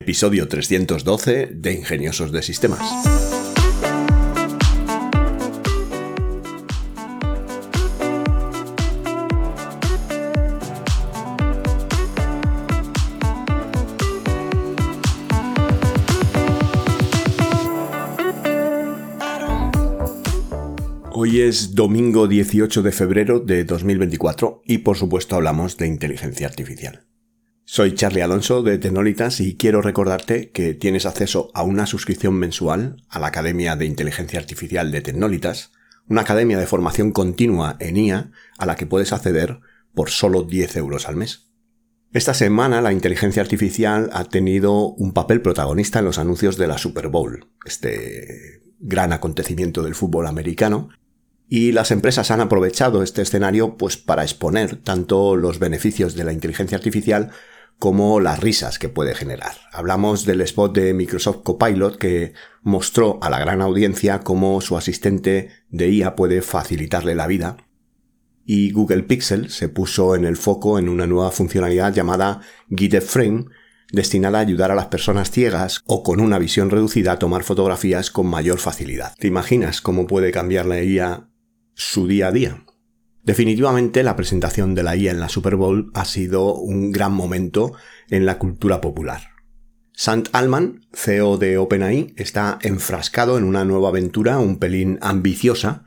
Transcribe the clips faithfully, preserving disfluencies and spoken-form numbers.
Episodio trescientos doce de Ingeniosos de Sistemas. Hoy es domingo dieciocho de febrero de dos mil veinticuatro y por supuesto hablamos de inteligencia artificial. Soy Charlie Alonso de Tecnolitas y quiero recordarte que tienes acceso a una suscripción mensual a la Academia de Inteligencia Artificial de Tecnolitas, una academia de formación continua en I A a la que puedes acceder por solo diez euros al mes. Esta semana la inteligencia artificial ha tenido un papel protagonista en los anuncios de la Super Bowl, este gran acontecimiento del fútbol americano, y las empresas han aprovechado este escenario pues para exponer tanto los beneficios de la inteligencia artificial como las risas que puede generar. Hablamos del spot de Microsoft Copilot que mostró a la gran audiencia cómo su asistente de I A puede facilitarle la vida, y Google Pixel se puso en el foco en una nueva funcionalidad llamada Guided Frame, destinada a ayudar a las personas ciegas o con una visión reducida a tomar fotografías con mayor facilidad. ¿Te imaginas cómo puede cambiar la I A su día a día? Definitivamente la presentación de la I A en la Super Bowl ha sido un gran momento en la cultura popular. Sam Altman, C E O de OpenAI, está enfrascado en una nueva aventura un pelín ambiciosa,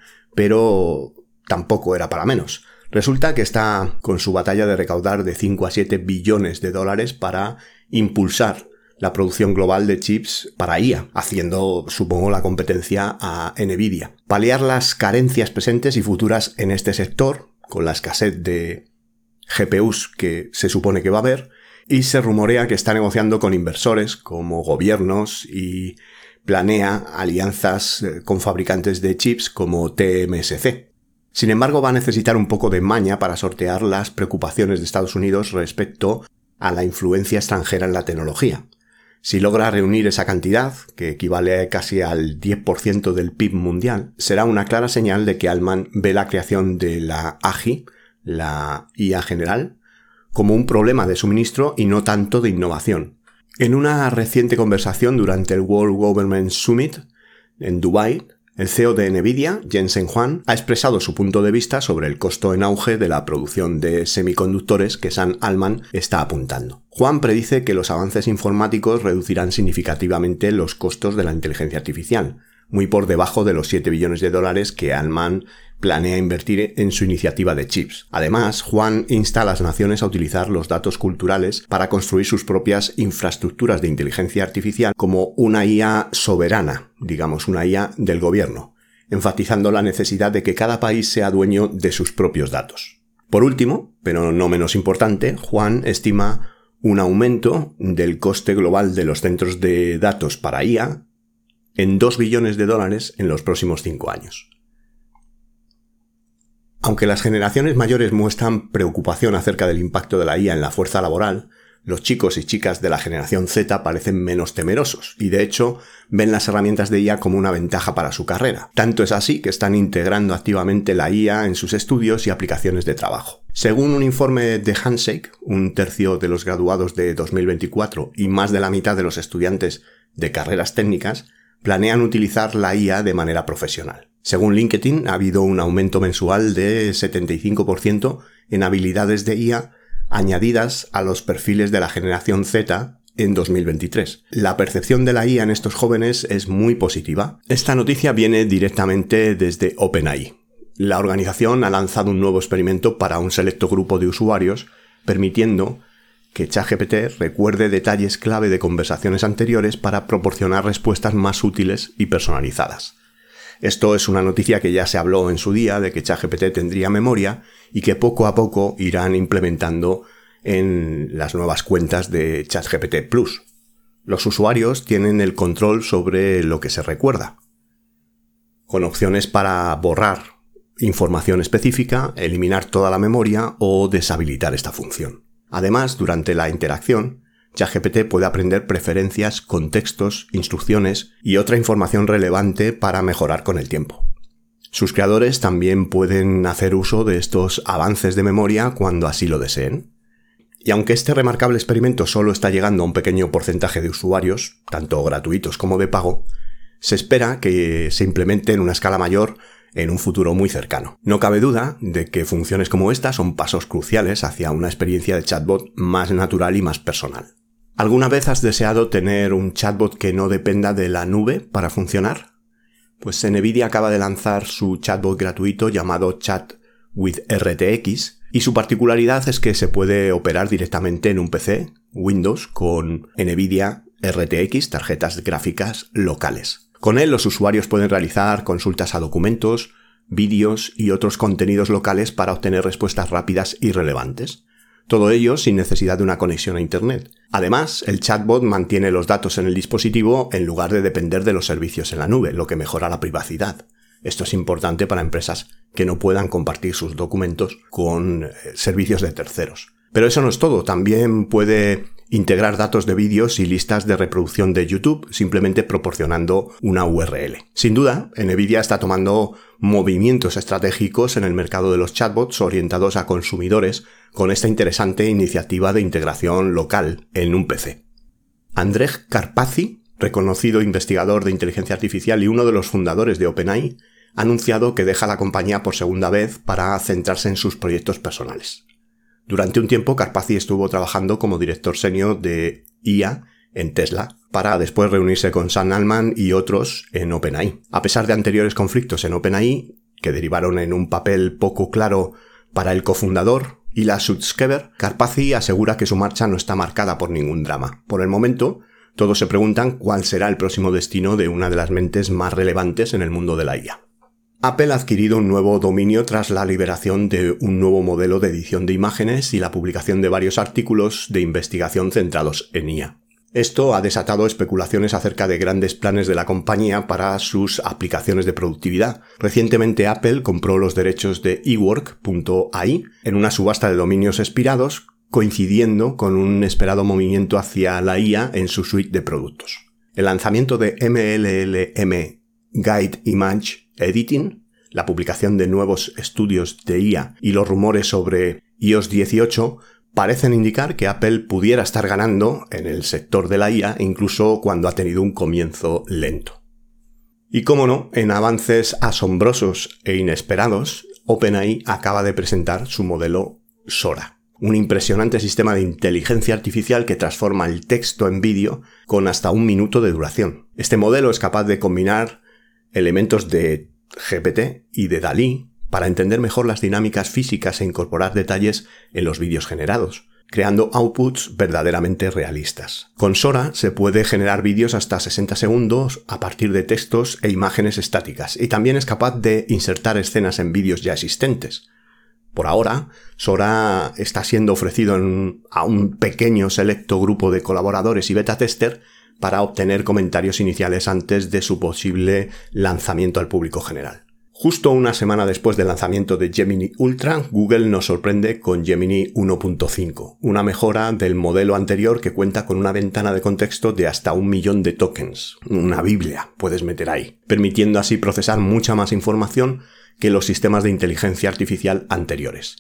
pero tampoco era para menos. Resulta que está con su batalla de recaudar de cinco a siete billones de dólares para impulsar la producción global de chips para I A, haciendo, supongo, la competencia a Nvidia. Paliar las carencias presentes y futuras en este sector, con la escasez de G P Us que se supone que va a haber, y se rumorea que está negociando con inversores como gobiernos y planea alianzas con fabricantes de chips como T M S C. Sin embargo, va a necesitar un poco de maña para sortear las preocupaciones de Estados Unidos respecto a la influencia extranjera en la tecnología. Si logra reunir esa cantidad, que equivale casi al diez por ciento del P I B mundial, será una clara señal de que Altman ve la creación de la A G I, la I A general, como un problema de suministro y no tanto de innovación. En una reciente conversación durante el World Government Summit en Dubái, el C E O de Nvidia, Jensen Huang, ha expresado su punto de vista sobre el costo en auge de la producción de semiconductores que Sam Altman está apuntando. Huang predice que los avances informáticos reducirán significativamente los costos de la inteligencia artificial, muy por debajo de los siete billones de dólares que Altman planea invertir en su iniciativa de chips. Además, Huang insta a las naciones a utilizar los datos culturales para construir sus propias infraestructuras de inteligencia artificial como una I A soberana, digamos una I A del gobierno, enfatizando la necesidad de que cada país sea dueño de sus propios datos. Por último, pero no menos importante, Huang estima un aumento del coste global de los centros de datos para I A en dos billones de dólares en los próximos cinco años. Aunque las generaciones mayores muestran preocupación acerca del impacto de la I A en la fuerza laboral, los chicos y chicas de la generación Z parecen menos temerosos y de hecho ven las herramientas de I A como una ventaja para su carrera. Tanto es así que están integrando activamente la I A en sus estudios y aplicaciones de trabajo. Según un informe de Handshake, un tercio de los graduados de dos mil veinticuatro y más de la mitad de los estudiantes de carreras técnicas planean utilizar la I A de manera profesional. Según LinkedIn, ha habido un aumento mensual de setenta y cinco por ciento en habilidades de I A añadidas a los perfiles de la generación Z en dos mil veintitrés. La percepción de la I A en estos jóvenes es muy positiva. Esta noticia viene directamente desde OpenAI. La organización ha lanzado un nuevo experimento para un selecto grupo de usuarios, permitiendo que ChatGPT recuerde detalles clave de conversaciones anteriores para proporcionar respuestas más útiles y personalizadas. Esto es una noticia que ya se habló en su día de que ChatGPT tendría memoria y que poco a poco irán implementando en las nuevas cuentas de ChatGPT Plus. Los usuarios tienen el control sobre lo que se recuerda, con opciones para borrar información específica, eliminar toda la memoria o deshabilitar esta función. Además, durante la interacción, ChatGPT puede aprender preferencias, contextos, instrucciones y otra información relevante para mejorar con el tiempo. Sus creadores también pueden hacer uso de estos avances de memoria cuando así lo deseen. Y aunque este remarcable experimento solo está llegando a un pequeño porcentaje de usuarios, tanto gratuitos como de pago, se espera que se implemente en una escala mayor en un futuro muy cercano. No cabe duda de que funciones como esta son pasos cruciales hacia una experiencia de chatbot más natural y más personal. ¿Alguna vez has deseado tener un chatbot que no dependa de la nube para funcionar? Pues NVIDIA acaba de lanzar su chatbot gratuito llamado Chat with R T X y su particularidad es que se puede operar directamente en un P C, Windows, con NVIDIA R T X, tarjetas gráficas locales. Con él los usuarios pueden realizar consultas a documentos, vídeos y otros contenidos locales para obtener respuestas rápidas y relevantes. Todo ello sin necesidad de una conexión a Internet. Además, el chatbot mantiene los datos en el dispositivo en lugar de depender de los servicios en la nube, lo que mejora la privacidad. Esto es importante para empresas que no puedan compartir sus documentos con servicios de terceros. Pero eso no es todo, también puede integrar datos de vídeos y listas de reproducción de YouTube simplemente proporcionando una U R L. Sin duda, NVIDIA está tomando movimientos estratégicos en el mercado de los chatbots orientados a consumidores con esta interesante iniciativa de integración local en un P C. Andrej Karpathy, reconocido investigador de inteligencia artificial y uno de los fundadores de OpenAI, ha anunciado que deja la compañía por segunda vez para centrarse en sus proyectos personales. Durante un tiempo, Karpathy estuvo trabajando como director senior de I A en Tesla, para después reunirse con Sam Altman y otros en OpenAI. A pesar de anteriores conflictos en OpenAI, que derivaron en un papel poco claro para el cofundador, Ilya Sutskever, Karpathy asegura que su marcha no está marcada por ningún drama. Por el momento, todos se preguntan cuál será el próximo destino de una de las mentes más relevantes en el mundo de la I A. Apple ha adquirido un nuevo dominio tras la liberación de un nuevo modelo de edición de imágenes y la publicación de varios artículos de investigación centrados en I A. Esto ha desatado especulaciones acerca de grandes planes de la compañía para sus aplicaciones de productividad. Recientemente Apple compró los derechos de eWork punto A I en una subasta de dominios expirados, coincidiendo con un esperado movimiento hacia la I A en su suite de productos. El lanzamiento de M L L M Guide Image Editing, la publicación de nuevos estudios de I A y los rumores sobre i O S dieciocho parecen indicar que Apple pudiera estar ganando en el sector de la I A incluso cuando ha tenido un comienzo lento. Y cómo no, en avances asombrosos e inesperados, OpenAI acaba de presentar su modelo Sora, un impresionante sistema de inteligencia artificial que transforma el texto en vídeo con hasta un minuto de duración. Este modelo es capaz de combinar elementos de G P T y de DALL-E para entender mejor las dinámicas físicas e incorporar detalles en los vídeos generados, creando outputs verdaderamente realistas. Con Sora se puede generar vídeos hasta sesenta segundos a partir de textos e imágenes estáticas, y también es capaz de insertar escenas en vídeos ya existentes. Por ahora, Sora está siendo ofrecido en, a un pequeño selecto grupo de colaboradores y beta tester para obtener comentarios iniciales antes de su posible lanzamiento al público general. Justo una semana después del lanzamiento de Gemini Ultra, Google nos sorprende con Gemini uno punto cinco, una mejora del modelo anterior que cuenta con una ventana de contexto de hasta un millón de tokens, una biblia puedes meter ahí, permitiendo así procesar mucha más información que los sistemas de inteligencia artificial anteriores.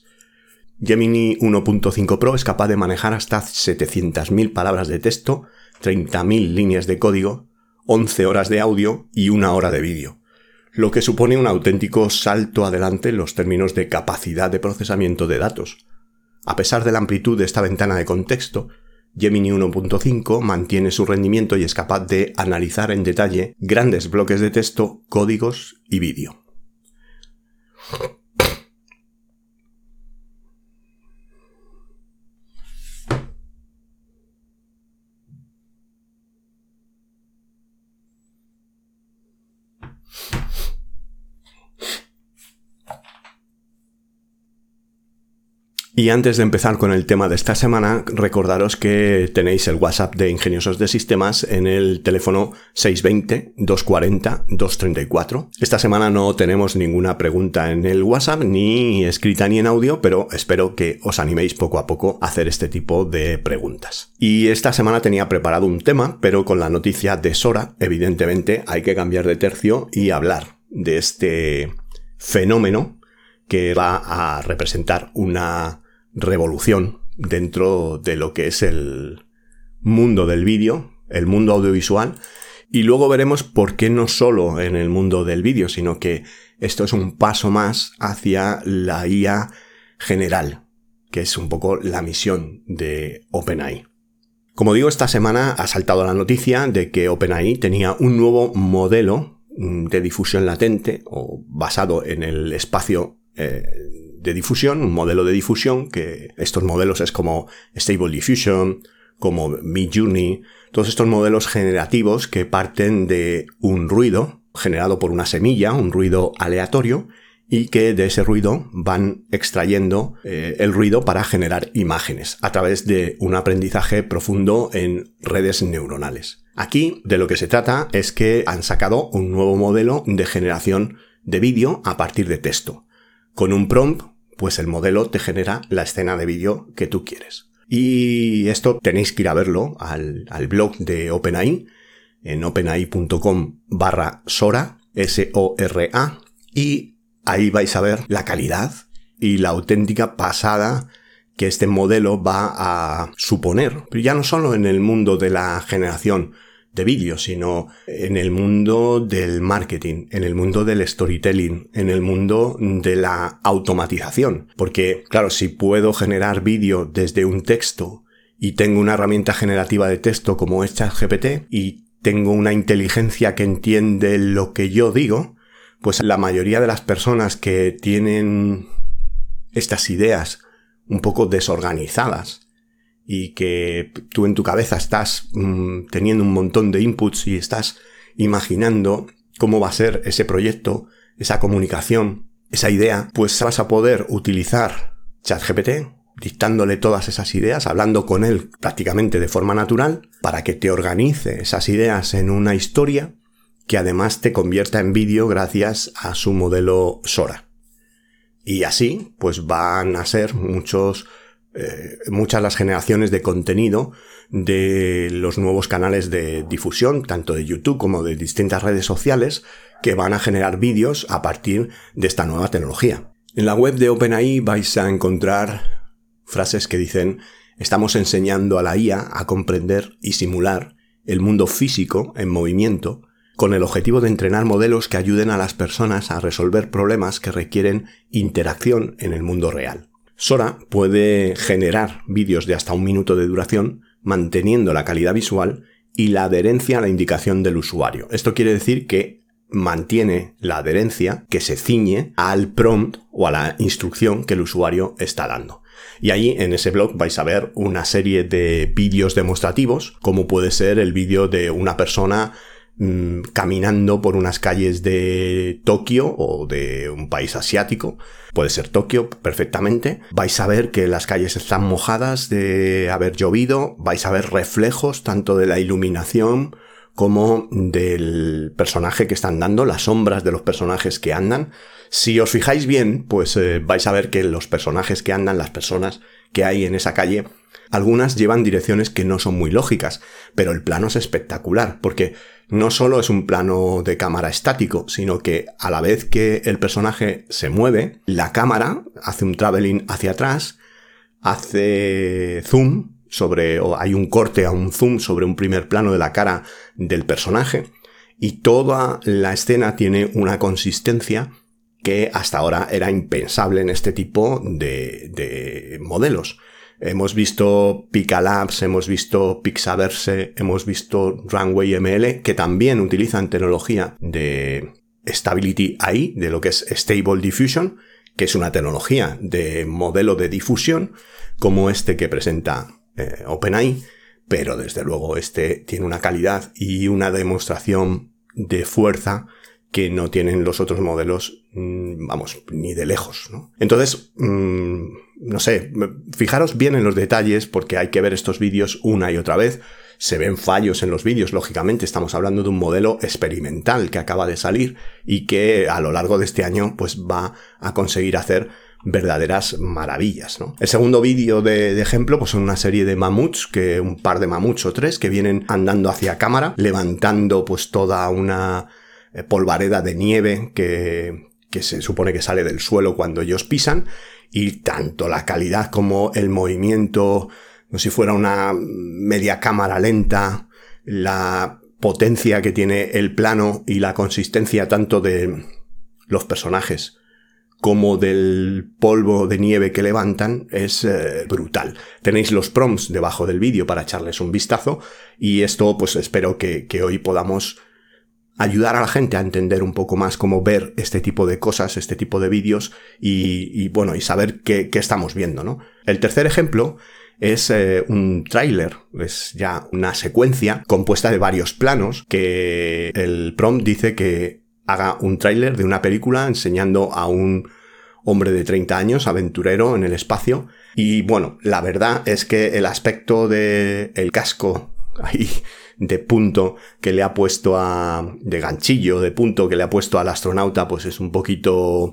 Gemini uno punto cinco Pro es capaz de manejar hasta setecientas mil palabras de texto, treinta mil líneas de código, once horas de audio y una hora de vídeo, lo que supone un auténtico salto adelante en los términos de capacidad de procesamiento de datos. A pesar de la amplitud de esta ventana de contexto, Gemini uno punto cinco mantiene su rendimiento y es capaz de analizar en detalle grandes bloques de texto, códigos y vídeo. Y antes de empezar con el tema de esta semana, recordaros que tenéis el WhatsApp de Ingeniosos de Sistemas en el teléfono seis dos cero, dos cuatro cero, dos tres cuatro. Esta semana no tenemos ninguna pregunta en el WhatsApp, ni escrita ni en audio, pero espero que os animéis poco a poco a hacer este tipo de preguntas. Y esta semana tenía preparado un tema, pero con la noticia de Sora, evidentemente hay que cambiar de tercio y hablar de este fenómeno que va a representar una revolución dentro de lo que es el mundo del vídeo, el mundo audiovisual, y luego veremos por qué no solo en el mundo del vídeo, sino que esto es un paso más hacia la I A general, que es un poco la misión de OpenAI. Como digo, esta semana ha saltado la noticia de que OpenAI tenía un nuevo modelo de difusión latente o basado en el espacio eh, de difusión, un modelo de difusión que estos modelos es como Stable Diffusion, como Midjourney, todos estos modelos generativos que parten de un ruido generado por una semilla, un ruido aleatorio, y que de ese ruido van extrayendo eh, el ruido para generar imágenes a través de un aprendizaje profundo en redes neuronales. Aquí de lo que se trata es que han sacado un nuevo modelo de generación de vídeo a partir de texto. Con un prompt, pues el modelo te genera la escena de vídeo que tú quieres. Y esto tenéis que ir a verlo al, al blog de OpenAI, en openai.com barra Sora, S O R A, y ahí vais a ver la calidad y la auténtica pasada que este modelo va a suponer. Pero ya no solo en el mundo de la generación de vídeo, sino en el mundo del marketing, en el mundo del storytelling, en el mundo de la automatización. Porque, claro, si puedo generar vídeo desde un texto y tengo una herramienta generativa de texto como es ChatGPT y tengo una inteligencia que entiende lo que yo digo, pues la mayoría de las personas que tienen estas ideas un poco desorganizadas y que tú en tu cabeza estás mmm, teniendo un montón de inputs y estás imaginando cómo va a ser ese proyecto, esa comunicación, esa idea, pues vas a poder utilizar ChatGPT dictándole todas esas ideas, hablando con él prácticamente de forma natural para que te organice esas ideas en una historia que además te convierta en vídeo gracias a su modelo Sora. Y así, pues van a ser muchos, eh, muchas las generaciones de contenido de los nuevos canales de difusión, tanto de YouTube como de distintas redes sociales, que van a generar vídeos a partir de esta nueva tecnología. En la web de OpenAI vais a encontrar frases que dicen: estamos enseñando a la I A a comprender y simular el mundo físico en movimiento, con el objetivo de entrenar modelos que ayuden a las personas a resolver problemas que requieren interacción en el mundo real. Sora puede generar vídeos de hasta un minuto de duración, manteniendo la calidad visual y la adherencia a la indicación del usuario. Esto quiere decir que mantiene la adherencia, que se ciñe al prompt o a la instrucción que el usuario está dando. Y allí en ese blog vais a ver una serie de vídeos demostrativos, como puede ser el vídeo de una persona caminando por unas calles de Tokio o de un país asiático, puede ser Tokio perfectamente. Vais a ver que las calles están mojadas de haber llovido, vais a ver reflejos tanto de la iluminación como del personaje que están dando, las sombras de los personajes que andan. Si os fijáis bien, pues eh, vais a ver que los personajes que andan, las personas que hay en esa calle, algunas llevan direcciones que no son muy lógicas, pero el plano es espectacular, porque no solo es un plano de cámara estático, sino que a la vez que el personaje se mueve, la cámara hace un traveling hacia atrás, hace zoom sobre, o hay un corte a un zoom sobre un primer plano de la cara del personaje, y toda la escena tiene una consistencia que hasta ahora era impensable en este tipo de, de modelos. Hemos visto Picalabs, hemos visto Pixaverse, hemos visto Runway M L, que también utilizan tecnología de Stability A I, de lo que es Stable Diffusion, que es una tecnología de modelo de difusión, como este que presenta eh, OpenAI, pero desde luego este tiene una calidad y una demostración de fuerza que no tienen los otros modelos, vamos, ni de lejos, ¿no? Entonces, mmm, no sé, fijaros bien en los detalles porque hay que ver estos vídeos una y otra vez. Se ven fallos en los vídeos, lógicamente, estamos hablando de un modelo experimental que acaba de salir y que a lo largo de este año pues va a conseguir hacer verdaderas maravillas, ¿no? El segundo vídeo de, de ejemplo pues son una serie de mamuts, que un par de mamuts o tres que vienen andando hacia cámara, levantando pues toda una polvareda de nieve que, que se supone que sale del suelo cuando ellos pisan, y tanto la calidad como el movimiento, como si fuera una media cámara lenta, la potencia que tiene el plano y la consistencia tanto de los personajes como del polvo de nieve que levantan es eh, brutal. Tenéis los prompts debajo del vídeo para echarles un vistazo y esto pues espero que, que hoy podamos ayudar a la gente a entender un poco más cómo ver este tipo de cosas, este tipo de vídeos y, y bueno, y saber qué, qué estamos viendo, ¿no? El tercer ejemplo es eh, un tráiler, es ya una secuencia compuesta de varios planos que el prompt dice que haga un tráiler de una película enseñando a un hombre de treinta años, aventurero en el espacio. Y bueno, la verdad es que el aspecto de el casco ahí de punto que le ha puesto a... de ganchillo de punto que le ha puesto al astronauta, pues es un poquito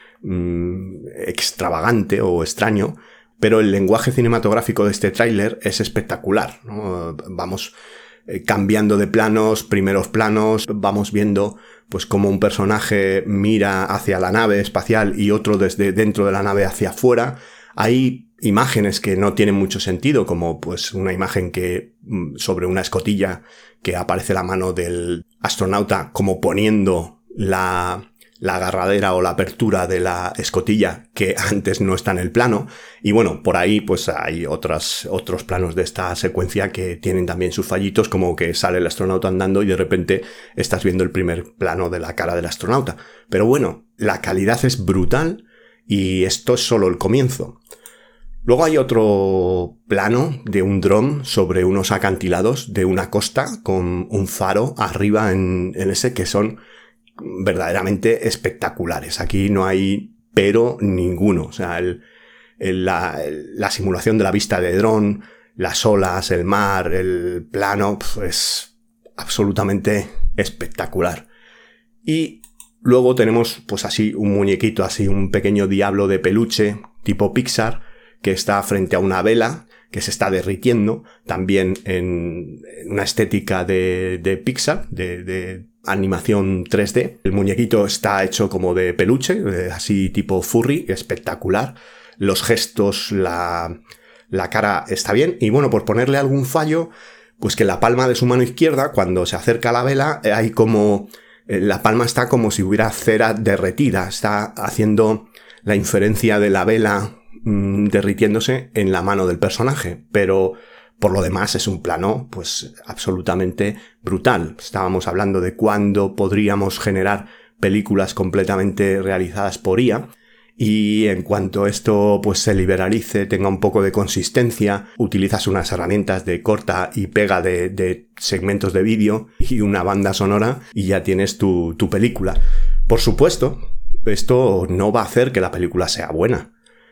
mmm, extravagante o extraño. Pero el lenguaje cinematográfico de este tráiler es espectacular, ¿no? Vamos eh, cambiando de planos, primeros planos, vamos viendo pues como un personaje mira hacia la nave espacial y otro desde dentro de la nave hacia afuera. Hay imágenes que no tienen mucho sentido, como pues una imagen que sobre una escotilla que aparece la mano del astronauta como poniendo la, la agarradera o la apertura de la escotilla que antes no está en el plano. Y bueno, por ahí pues hay otras, otros planos de esta secuencia que tienen también sus fallitos, como que sale el astronauta andando y de repente estás viendo el primer plano de la cara del astronauta. Pero bueno, la calidad es brutal y esto es solo el comienzo. Luego hay otro plano de un dron sobre unos acantilados de una costa con un faro arriba en, en ese que son verdaderamente espectaculares. Aquí no hay pero ninguno. O sea, el, el, la, la simulación de la vista de dron, las olas, el mar, el plano, pf, es absolutamente espectacular. Y luego tenemos pues así un muñequito, así un pequeño diablo de peluche tipo Pixar que está frente a una vela que se está derritiendo, también en, en una estética de, de Pixar, de, de animación tres D. El muñequito está hecho como de peluche, así tipo furry, espectacular. Los gestos, la, la cara está bien. Y bueno, por ponerle algún fallo, pues que la palma de su mano izquierda, cuando se acerca a la vela, hay como... la palma está como si hubiera cera derretida. Está haciendo la inferencia de la vela mmm, derritiéndose en la mano del personaje. Pero... por lo demás es un plano pues absolutamente brutal. Estábamos hablando de cuándo podríamos generar películas completamente realizadas por I A y en cuanto esto pues se liberalice, tenga un poco de consistencia, utilizas unas herramientas de corta y pega de, de segmentos de vídeo y una banda sonora y ya tienes tu, tu película. Por supuesto, esto no va a hacer que la película sea buena.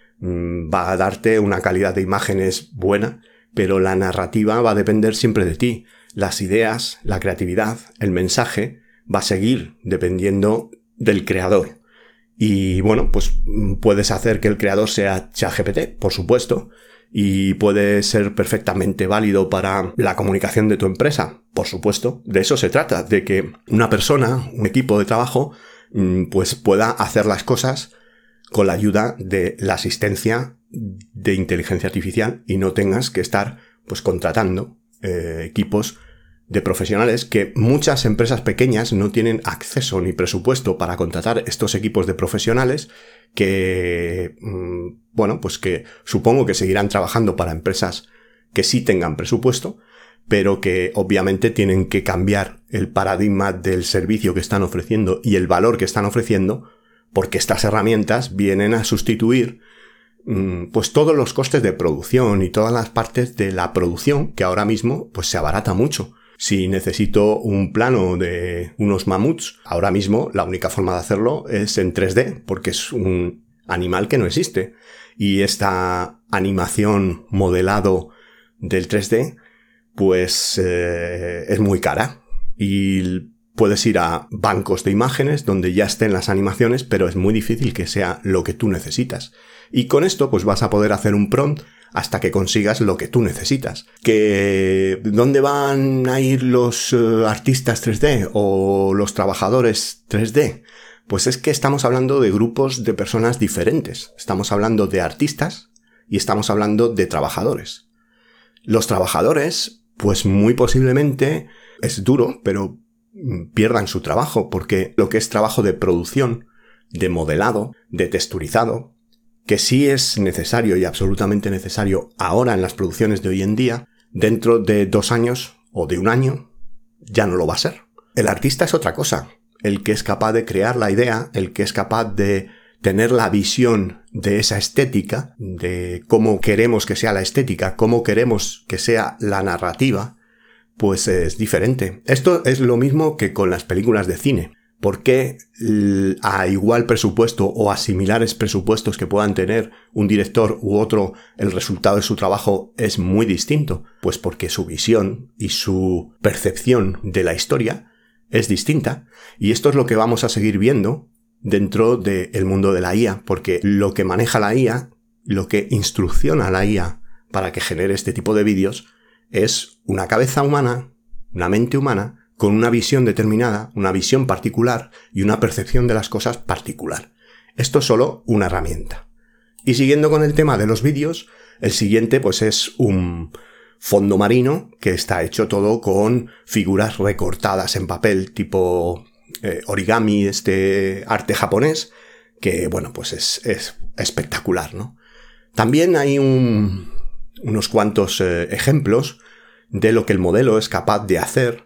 Va a darte una calidad de imágenes buena, pero la narrativa va a depender siempre de ti. Las ideas, la creatividad, el mensaje va a seguir dependiendo del creador. Y bueno, pues puedes hacer que el creador sea ChatGPT, por supuesto, y puede ser perfectamente válido para la comunicación de tu empresa, por supuesto. De eso se trata, de que una persona, un equipo de trabajo, pues pueda hacer las cosas con la ayuda de la asistencia de inteligencia artificial y no tengas que estar pues contratando eh, equipos de profesionales, que muchas empresas pequeñas no tienen acceso ni presupuesto para contratar estos equipos de profesionales que, mmm, bueno, pues que supongo que seguirán trabajando para empresas que sí tengan presupuesto, pero que obviamente tienen que cambiar el paradigma del servicio que están ofreciendo y el valor que están ofreciendo, porque estas herramientas vienen a sustituir mmm, pues todos los costes de producción y todas las partes de la producción que ahora mismo pues se abarata mucho. Si necesito un plano de unos mamuts, ahora mismo la única forma de hacerlo es en tres D, porque es un animal que no existe. Y esta animación modelado del tres D, pues eh, es muy cara. Y puedes ir a bancos de imágenes donde ya estén las animaciones, pero es muy difícil que sea lo que tú necesitas. Y con esto pues vas a poder hacer un prompt hasta que consigas lo que tú necesitas. ¿Que dónde van a ir los uh, artistas tres D o los trabajadores tres D? Pues es que estamos hablando de grupos de personas diferentes. Estamos hablando de artistas y estamos hablando de trabajadores. Los trabajadores, pues muy posiblemente, es duro, pero pierdan su trabajo, porque lo que es trabajo de producción, de modelado, de texturizado, que sí es necesario y absolutamente necesario ahora en las producciones de hoy en día, dentro de dos años o de un año, ya no lo va a ser. El artista es otra cosa. El que es capaz de crear la idea, el que es capaz de tener la visión de esa estética, de cómo queremos que sea la estética, cómo queremos que sea la narrativa, pues es diferente. Esto es lo mismo que con las películas de cine. ¿Por qué a igual presupuesto o a similares presupuestos que puedan tener un director u otro, el resultado de su trabajo es muy distinto? Pues porque su visión y su percepción de la historia es distinta. Y esto es lo que vamos a seguir viendo dentro del mundo de la I A, porque lo que maneja la I A, lo que instrucciona a la I A para que genere este tipo de vídeos, es una cabeza humana, una mente humana, con una visión determinada, una visión particular y una percepción de las cosas particular. Esto es solo una herramienta. Y siguiendo con el tema de los vídeos, el siguiente pues es un fondo marino que está hecho todo con figuras recortadas en papel tipo eh, origami, este arte japonés, que bueno, pues es, es espectacular, ¿no? También hay un, unos cuantos eh, ejemplos de lo que el modelo es capaz de hacer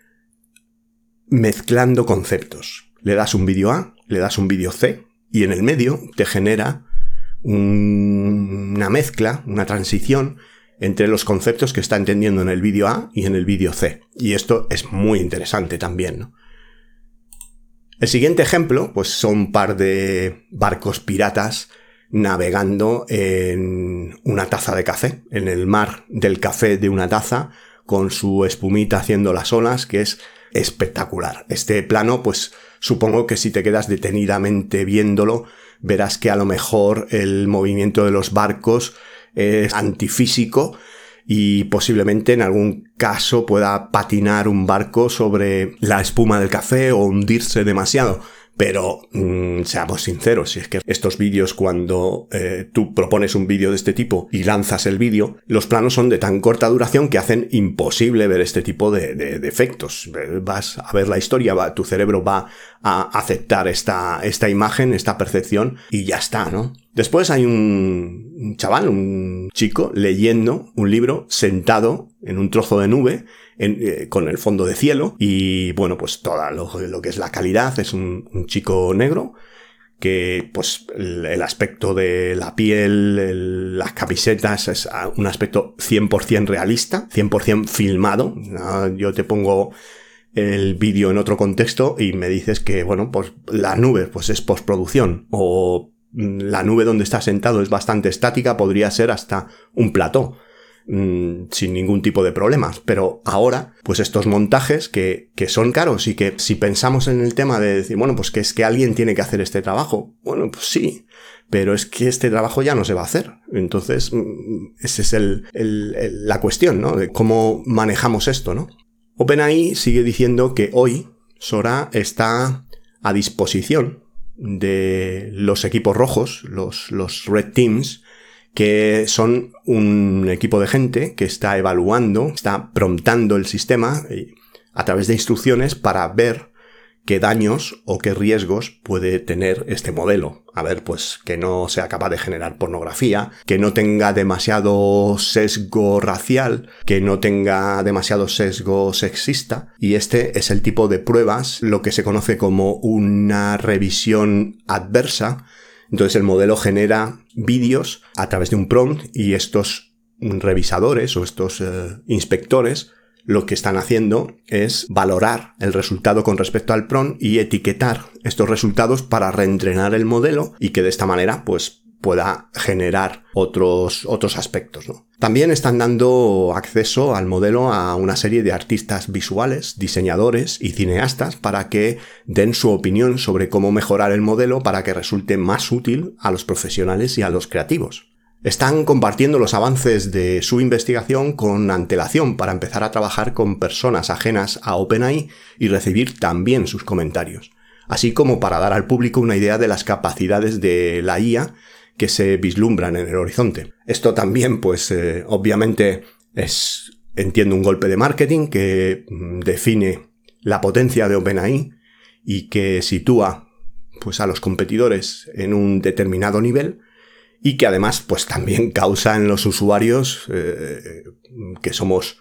mezclando conceptos. Le das un vídeo A, le das un vídeo C y en el medio te genera un, una mezcla, una transición entre los conceptos que está entendiendo en el vídeo A y en el vídeo C. Y esto es muy interesante también, ¿no? El siguiente ejemplo, pues son un par de barcos piratas navegando en una taza de café, en el mar del café de una taza, con su espumita haciendo las olas, que es espectacular. Este plano, pues supongo que si te quedas detenidamente viéndolo, verás que a lo mejor el movimiento de los barcos es antifísico y posiblemente en algún caso pueda patinar un barco sobre la espuma del café o hundirse demasiado. Pero mmm, seamos sinceros, si es que estos vídeos, cuando eh, tú propones un vídeo de este tipo y lanzas el vídeo, los planos son de tan corta duración que hacen imposible ver este tipo de, de, de efectos. Vas a ver la historia, va, tu cerebro va a aceptar esta, esta imagen, esta percepción y ya está, ¿no? Después hay un, un chaval, un chico, leyendo un libro sentado en un trozo de nube, En, eh, con el fondo de cielo y bueno, pues toda lo, lo que es la calidad. Es un, un chico negro que pues el, el aspecto de la piel, el, las camisetas es un aspecto cien por ciento realista, cien por ciento filmado, ¿no? Yo te pongo el vídeo en otro contexto y me dices que bueno, pues la nube pues es postproducción, o la nube donde está sentado es bastante estática, podría ser hasta un plató sin ningún tipo de problemas. Pero ahora, pues estos montajes que, que son caros y que si pensamos en el tema de decir, bueno, pues que es que alguien tiene que hacer este trabajo. Bueno, pues sí, pero es que este trabajo ya no se va a hacer. Entonces, esa es el, el, el, la cuestión, ¿no? De cómo manejamos esto, ¿no? OpenAI sigue diciendo que hoy Sora está a disposición de los equipos rojos, los, los Red Teams, que son un equipo de gente que está evaluando, está promptando el sistema a través de instrucciones para ver qué daños o qué riesgos puede tener este modelo. A ver, pues que no sea capaz de generar pornografía, que no tenga demasiado sesgo racial, que no tenga demasiado sesgo sexista. Y este es el tipo de pruebas, lo que se conoce como una revisión adversa. Entonces el modelo genera vídeos a través de un prompt y estos revisadores o estos eh, inspectores lo que están haciendo es valorar el resultado con respecto al prompt y etiquetar estos resultados para reentrenar el modelo y que de esta manera pues pueda generar otros, otros aspectos, ¿no? También están dando acceso al modelo a una serie de artistas visuales, diseñadores y cineastas para que den su opinión sobre cómo mejorar el modelo para que resulte más útil a los profesionales y a los creativos. Están compartiendo los avances de su investigación con antelación para empezar a trabajar con personas ajenas a OpenAI y recibir también sus comentarios. así como para dar al público una idea de las capacidades de la I A que se vislumbran en el horizonte. Esto también, pues, eh, obviamente es, entiendo, un golpe de marketing que mm, define la potencia de OpenAI y que sitúa, pues, a los competidores en un determinado nivel, y que además, pues, también causa en los usuarios eh, que somos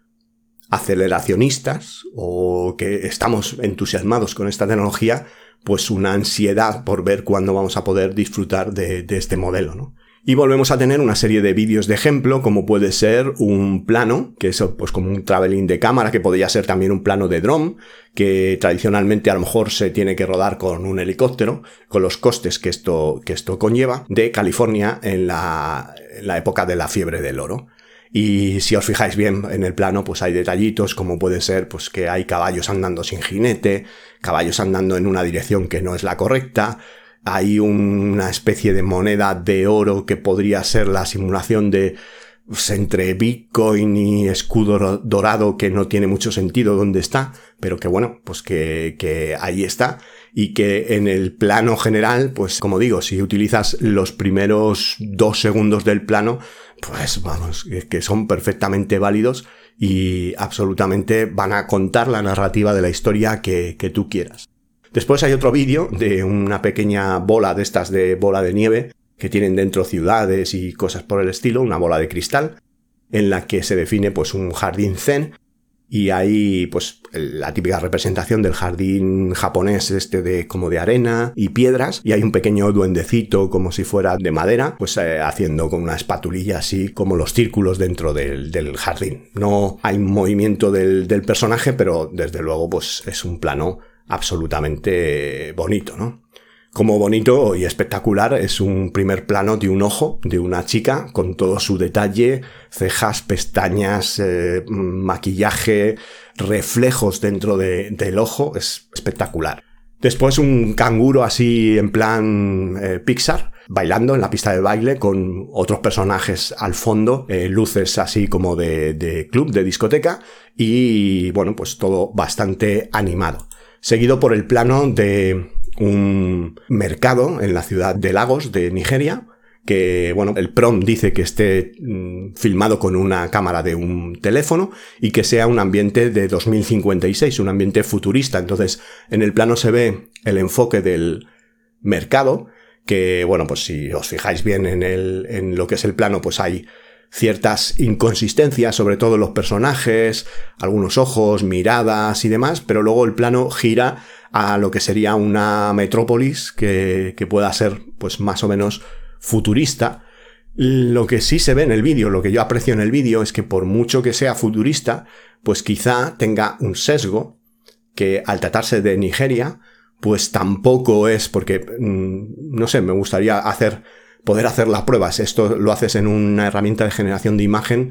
aceleracionistas o que estamos entusiasmados con esta tecnología, pues una ansiedad por ver cuándo vamos a poder disfrutar de, de este modelo, ¿no? Y volvemos a tener una serie de vídeos de ejemplo, como puede ser un plano, que es pues como un traveling de cámara, que podría ser también un plano de dron, que tradicionalmente a lo mejor se tiene que rodar con un helicóptero, con los costes que esto, que esto conlleva, de California en la, en la época de la fiebre del oro. Y si os fijáis bien en el plano, pues hay detallitos como puede ser pues que hay caballos andando sin jinete, caballos andando en una dirección que no es la correcta, hay una especie de moneda de oro que podría ser la simulación de pues, entre Bitcoin y escudo dorado, que no tiene mucho sentido dónde está, pero que bueno, pues que, que ahí está. Y que en el plano general, pues como digo, si utilizas los primeros dos segundos del plano, pues vamos, que son perfectamente válidos y absolutamente van a contar la narrativa de la historia que, que tú quieras. Después hay otro vídeo de una pequeña bola de estas de bola de nieve que tienen dentro ciudades y cosas por el estilo, una bola de cristal, en la que se define pues un jardín zen. Y hay, pues, la típica representación del jardín japonés este de como de arena y piedras. Y hay un pequeño duendecito como si fuera de madera, pues eh, haciendo con una espatulilla así como los círculos dentro del, del jardín. No hay movimiento del, del personaje, pero desde luego, pues, es un plano absolutamente bonito, ¿no? Como bonito y espectacular es un primer plano de un ojo de una chica con todo su detalle, cejas, pestañas, eh, maquillaje, reflejos dentro de, del ojo, es espectacular. Después un canguro así en plan eh, Pixar, bailando en la pista de baile con otros personajes al fondo, eh, luces así como de, de club, de discoteca y bueno, pues todo bastante animado. Seguido por el plano de un mercado en la ciudad de Lagos, de Nigeria, que, bueno, el prompt dice que esté mm, filmado con una cámara de un teléfono y que sea un ambiente de dos mil cincuenta y seis, un ambiente futurista. Entonces, en el plano se ve el enfoque del mercado, que, bueno, pues si os fijáis bien en el, en lo que es el plano, pues hay ciertas inconsistencias, sobre todo los personajes, algunos ojos, miradas y demás, pero luego el plano gira a lo que sería una metrópolis que, que pueda ser pues más o menos futurista. Lo que sí se ve en el vídeo, lo que yo aprecio en el vídeo es que por mucho que sea futurista, pues quizá tenga un sesgo que al tratarse de Nigeria, pues tampoco es porque, no sé, me gustaría hacer poder hacer las pruebas. Esto lo haces en una herramienta de generación de imagen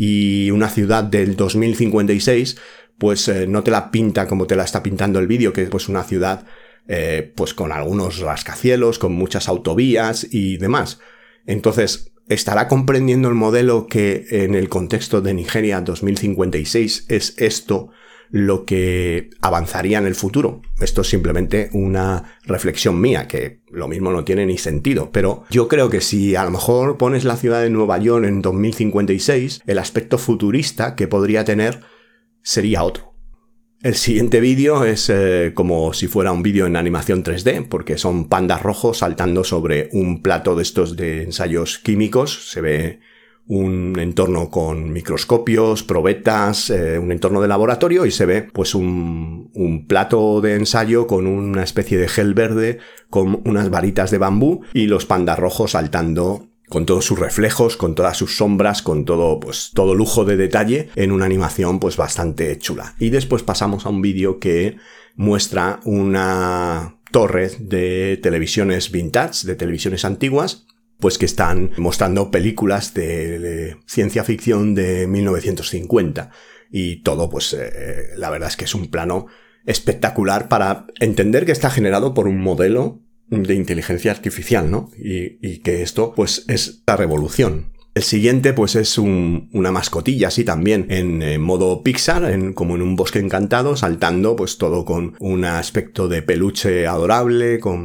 y una ciudad del dos mil cincuenta y seis, pues eh, no te la pinta como te la está pintando el vídeo, que es pues una ciudad eh, pues con algunos rascacielos, con muchas autovías y demás. Entonces, ¿estará comprendiendo el modelo que en el contexto de Nigeria dos mil cincuenta y seis es esto lo que avanzaría en el futuro? Esto es simplemente una reflexión mía, que lo mismo no tiene ni sentido, pero yo creo que si a lo mejor pones la ciudad de Nueva York en dos mil cincuenta y seis, el aspecto futurista que podría tener sería otro. El siguiente vídeo es eh, como si fuera un vídeo en animación tres D, porque son pandas rojos saltando sobre un plato de estos de ensayos químicos. Se ve un entorno con microscopios, probetas, eh, un entorno de laboratorio y se ve pues un, un plato de ensayo con una especie de gel verde, con unas varitas de bambú y los pandas rojos saltando con todos sus reflejos, con todas sus sombras, con todo, pues, todo lujo de detalle en una animación, pues, bastante chula. Y después pasamos a un vídeo que muestra una torre de televisiones vintage, de televisiones antiguas, pues que están mostrando películas de, de ciencia ficción de mil novecientos cincuenta. Y todo, pues, eh, la verdad es que es un plano espectacular para entender que está generado por un modelo de inteligencia artificial, ¿no? Y, y que esto, pues, es la revolución. El siguiente pues es un, una mascotilla así también en, en modo Pixar, en, como en un bosque encantado, saltando pues todo con un aspecto de peluche adorable, con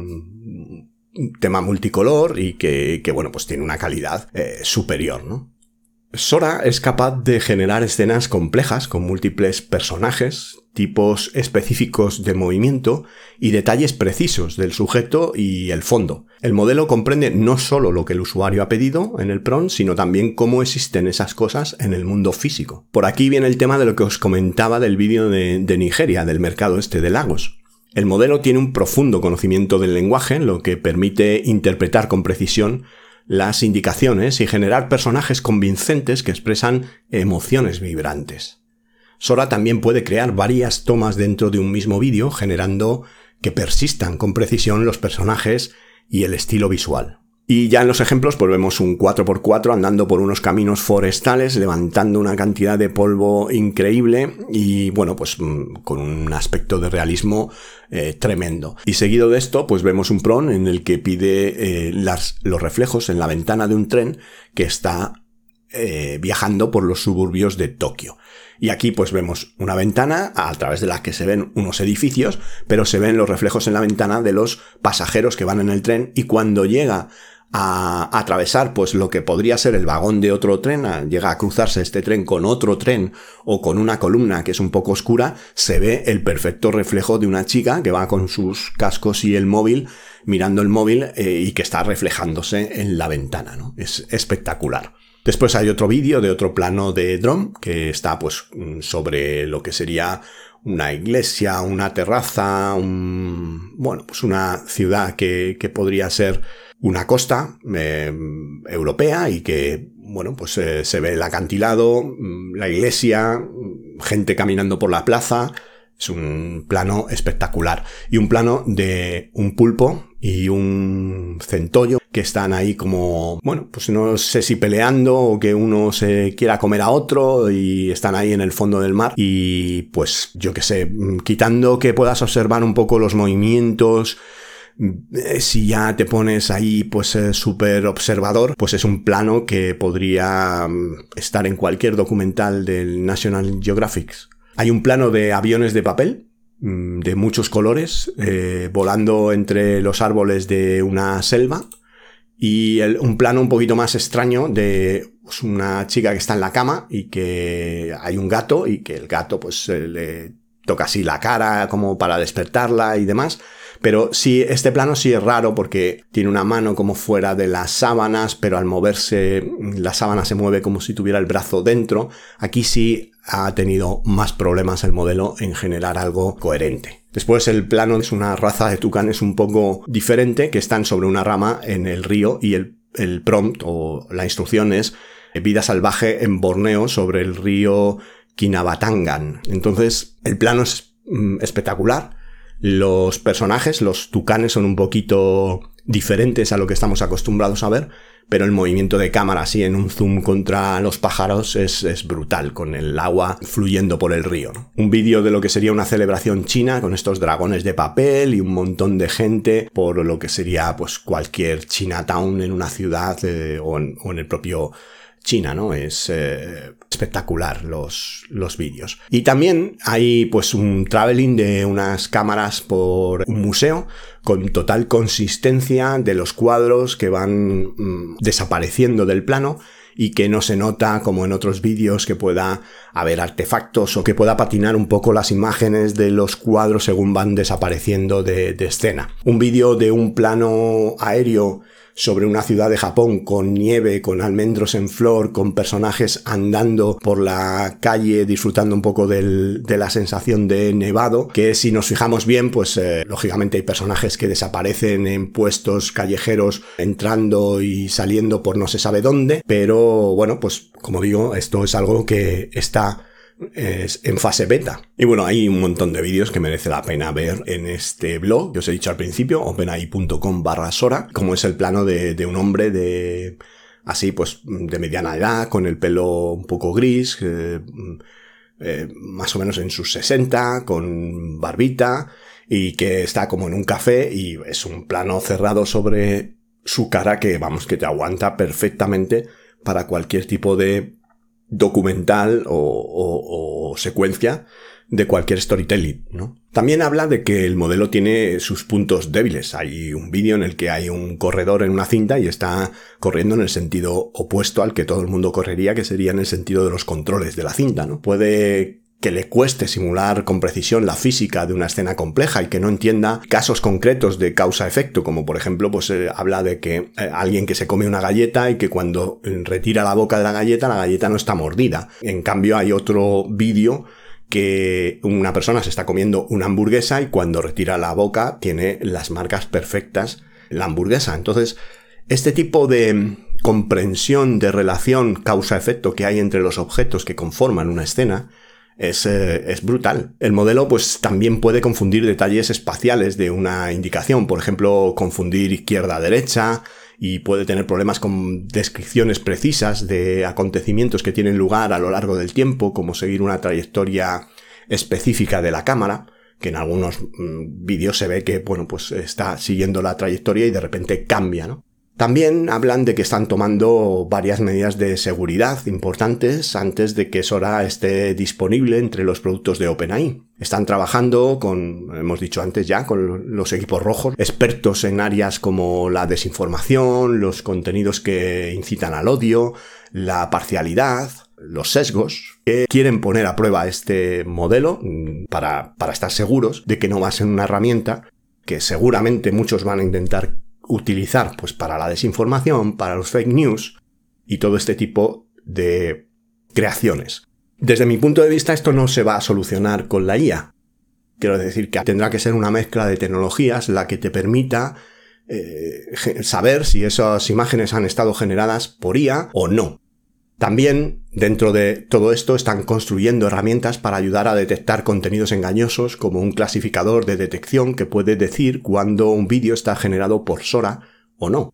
un tema multicolor y que, que bueno pues tiene una calidad eh, superior, ¿no? Sora es capaz de generar escenas complejas con múltiples personajes, tipos específicos de movimiento y detalles precisos del sujeto y el fondo. El modelo comprende no solo lo que el usuario ha pedido en el prompt, sino también cómo existen esas cosas en el mundo físico. Por aquí viene el tema de lo que os comentaba del vídeo de, de Nigeria, del mercado este de Lagos. El modelo tiene un profundo conocimiento del lenguaje, lo que permite interpretar con precisión las indicaciones y generar personajes convincentes que expresan emociones vibrantes. Sora también puede crear varias tomas dentro de un mismo vídeo, generando que persistan con precisión los personajes y el estilo visual. Y ya en los ejemplos pues vemos un cuatro por cuatro andando por unos caminos forestales, levantando una cantidad de polvo increíble y bueno, pues con un aspecto de realismo eh, tremendo. Y seguido de esto pues vemos un prompt en el que pide eh, las, los reflejos en la ventana de un tren que está eh, viajando por los suburbios de Tokio. Y aquí pues vemos una ventana a través de la que se ven unos edificios, pero se ven los reflejos en la ventana de los pasajeros que van en el tren y cuando llega a atravesar pues lo que podría ser el vagón de otro tren, llega a cruzarse este tren con otro tren o con una columna que es un poco oscura, se ve el perfecto reflejo de una chica que va con sus cascos y el móvil, mirando el móvil eh, y que está reflejándose en la ventana, ¿no? Es espectacular. Después hay otro vídeo de otro plano de dron que está pues sobre lo que sería una iglesia, una terraza, un, bueno, pues una ciudad que, que podría ser una costa eh, europea y que, bueno, pues eh, se ve el acantilado, la iglesia, gente caminando por la plaza. Es un plano espectacular. Y un plano de un pulpo y un centollo que están ahí como, bueno, pues no sé si peleando o que uno se quiera comer a otro y están ahí en el fondo del mar. Y pues yo qué sé, quitando que puedas observar un poco los movimientos, si ya te pones ahí pues eh, súper observador, pues es un plano que podría estar en cualquier documental del National Geographic. Hay un plano de aviones de papel, de muchos colores, eh, volando entre los árboles de una selva, y el, un plano un poquito más extraño de pues, una chica que está en la cama y que hay un gato y que el gato pues eh, le toca así la cara como para despertarla y demás. Pero sí, este plano sí es raro porque tiene una mano como fuera de las sábanas, pero al moverse la sábana se mueve como si tuviera el brazo dentro. Aquí sí ha tenido más problemas el modelo en generar algo coherente. Después el plano es una raza de tucanes un poco diferente que están sobre una rama en el río y el, el prompt o la instrucción es vida salvaje en Borneo sobre el río Kinabatangan. Entonces el plano es mm, espectacular. Los personajes, los tucanes, son un poquito diferentes a lo que estamos acostumbrados a ver, pero el movimiento de cámara así en un zoom contra los pájaros es, es brutal, con el agua fluyendo por el río, ¿no? Un vídeo de lo que sería una celebración china con estos dragones de papel y un montón de gente por lo que sería pues cualquier Chinatown en una ciudad eh, o, en, o en el propio China, ¿no? Es eh, espectacular los, los vídeos. Y también hay pues un traveling de unas cámaras por un museo con total consistencia de los cuadros que van mmm, desapareciendo del plano y que no se nota como en otros vídeos que pueda haber artefactos o que pueda patinar un poco las imágenes de los cuadros según van desapareciendo de, de escena. Un vídeo de un plano aéreo sobre una ciudad de Japón con nieve, con almendros en flor, con personajes andando por la calle disfrutando un poco del, de la sensación de nevado, que si nos fijamos bien, pues eh, lógicamente hay personajes que desaparecen en puestos callejeros entrando y saliendo por no se sabe dónde, pero bueno, pues como digo, esto es algo que está es en fase beta. Y bueno, hay un montón de vídeos que merece la pena ver en este blog que os he dicho al principio, openai.com barra Sora, como es el plano de, de un hombre de así pues de mediana edad, con el pelo un poco gris, eh, eh, más o menos en sus sesenta, con barbita, y que está como en un café y es un plano cerrado sobre su cara que vamos, que te aguanta perfectamente para cualquier tipo de documental o, o, o secuencia de cualquier storytelling, ¿no? También habla de que el modelo tiene sus puntos débiles. Hay un vídeo en el que hay un corredor en una cinta y está corriendo en el sentido opuesto al que todo el mundo correría, que sería en el sentido de los controles de la cinta, ¿no? Puede que le cueste simular con precisión la física de una escena compleja y que no entienda casos concretos de causa-efecto, como por ejemplo, pues eh, habla de que eh, alguien que se come una galleta y que cuando retira la boca de la galleta, la galleta no está mordida. En cambio, hay otro vídeo que una persona se está comiendo una hamburguesa y cuando retira la boca tiene las marcas perfectas la hamburguesa. Entonces, este tipo de comprensión de relación causa-efecto que hay entre los objetos que conforman una escena es, eh, es brutal. El modelo pues también puede confundir detalles espaciales de una indicación, por ejemplo, confundir izquierda-derecha, y puede tener problemas con descripciones precisas de acontecimientos que tienen lugar a lo largo del tiempo, como seguir una trayectoria específica de la cámara, que en algunos mmm, vídeos se ve que, bueno, pues está siguiendo la trayectoria y de repente cambia, ¿no? También hablan de que están tomando varias medidas de seguridad importantes antes de que Sora esté disponible entre los productos de OpenAI. Están trabajando con, hemos dicho antes ya, con los equipos rojos, expertos en áreas como la desinformación, los contenidos que incitan al odio, la parcialidad, los sesgos, que quieren poner a prueba este modelo para, para estar seguros de que no va a ser una herramienta que seguramente muchos van a intentar utilizar pues para la desinformación, para los fake news y todo este tipo de creaciones. Desde mi punto de vista, esto no se va a solucionar con la I A. Quiero decir que tendrá que ser una mezcla de tecnologías la que te permita eh, saber si esas imágenes han estado generadas por I A o no. También, dentro de todo esto, están construyendo herramientas para ayudar a detectar contenidos engañosos, como un clasificador de detección que puede decir cuando un vídeo está generado por Sora o no.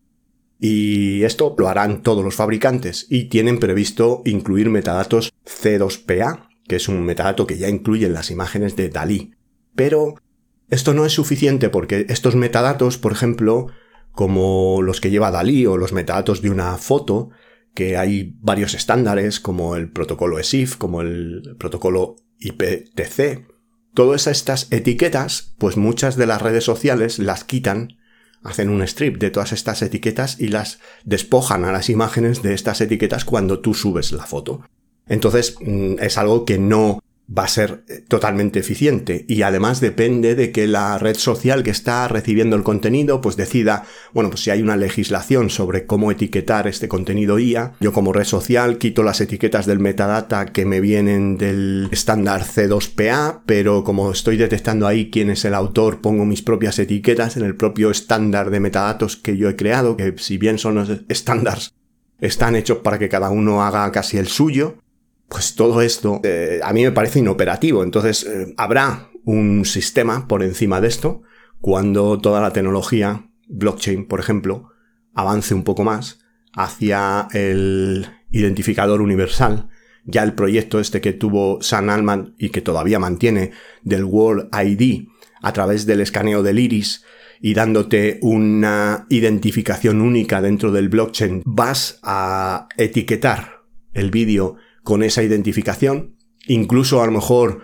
Y esto lo harán todos los fabricantes y tienen previsto incluir metadatos C dos P A, que es un metadato que ya incluyen las imágenes de DALL-E. Pero esto no es suficiente porque estos metadatos, por ejemplo, como los que lleva DALL-E o los metadatos de una foto, que hay varios estándares como el protocolo E S I F, como el protocolo I P T C. Todas estas etiquetas, pues muchas de las redes sociales las quitan, hacen un strip de todas estas etiquetas y las despojan a las imágenes de estas etiquetas cuando tú subes la foto. Entonces es algo que no va a ser totalmente eficiente y además depende de que la red social que está recibiendo el contenido pues decida, bueno, pues si hay una legislación sobre cómo etiquetar este contenido I A, yo como red social quito las etiquetas del metadata que me vienen del estándar C dos P A, pero como estoy detectando ahí quién es el autor, pongo mis propias etiquetas en el propio estándar de metadatos que yo he creado, que si bien son los estándares, están hechos para que cada uno haga casi el suyo. Pues todo esto eh, a mí me parece inoperativo. Entonces eh, habrá un sistema por encima de esto cuando toda la tecnología, blockchain por ejemplo, avance un poco más hacia el identificador universal. Ya el proyecto este que tuvo Sam Altman y que todavía mantiene del World I D a través del escaneo del iris y dándote una identificación única dentro del blockchain, vas a etiquetar el vídeo con esa identificación, incluso a lo mejor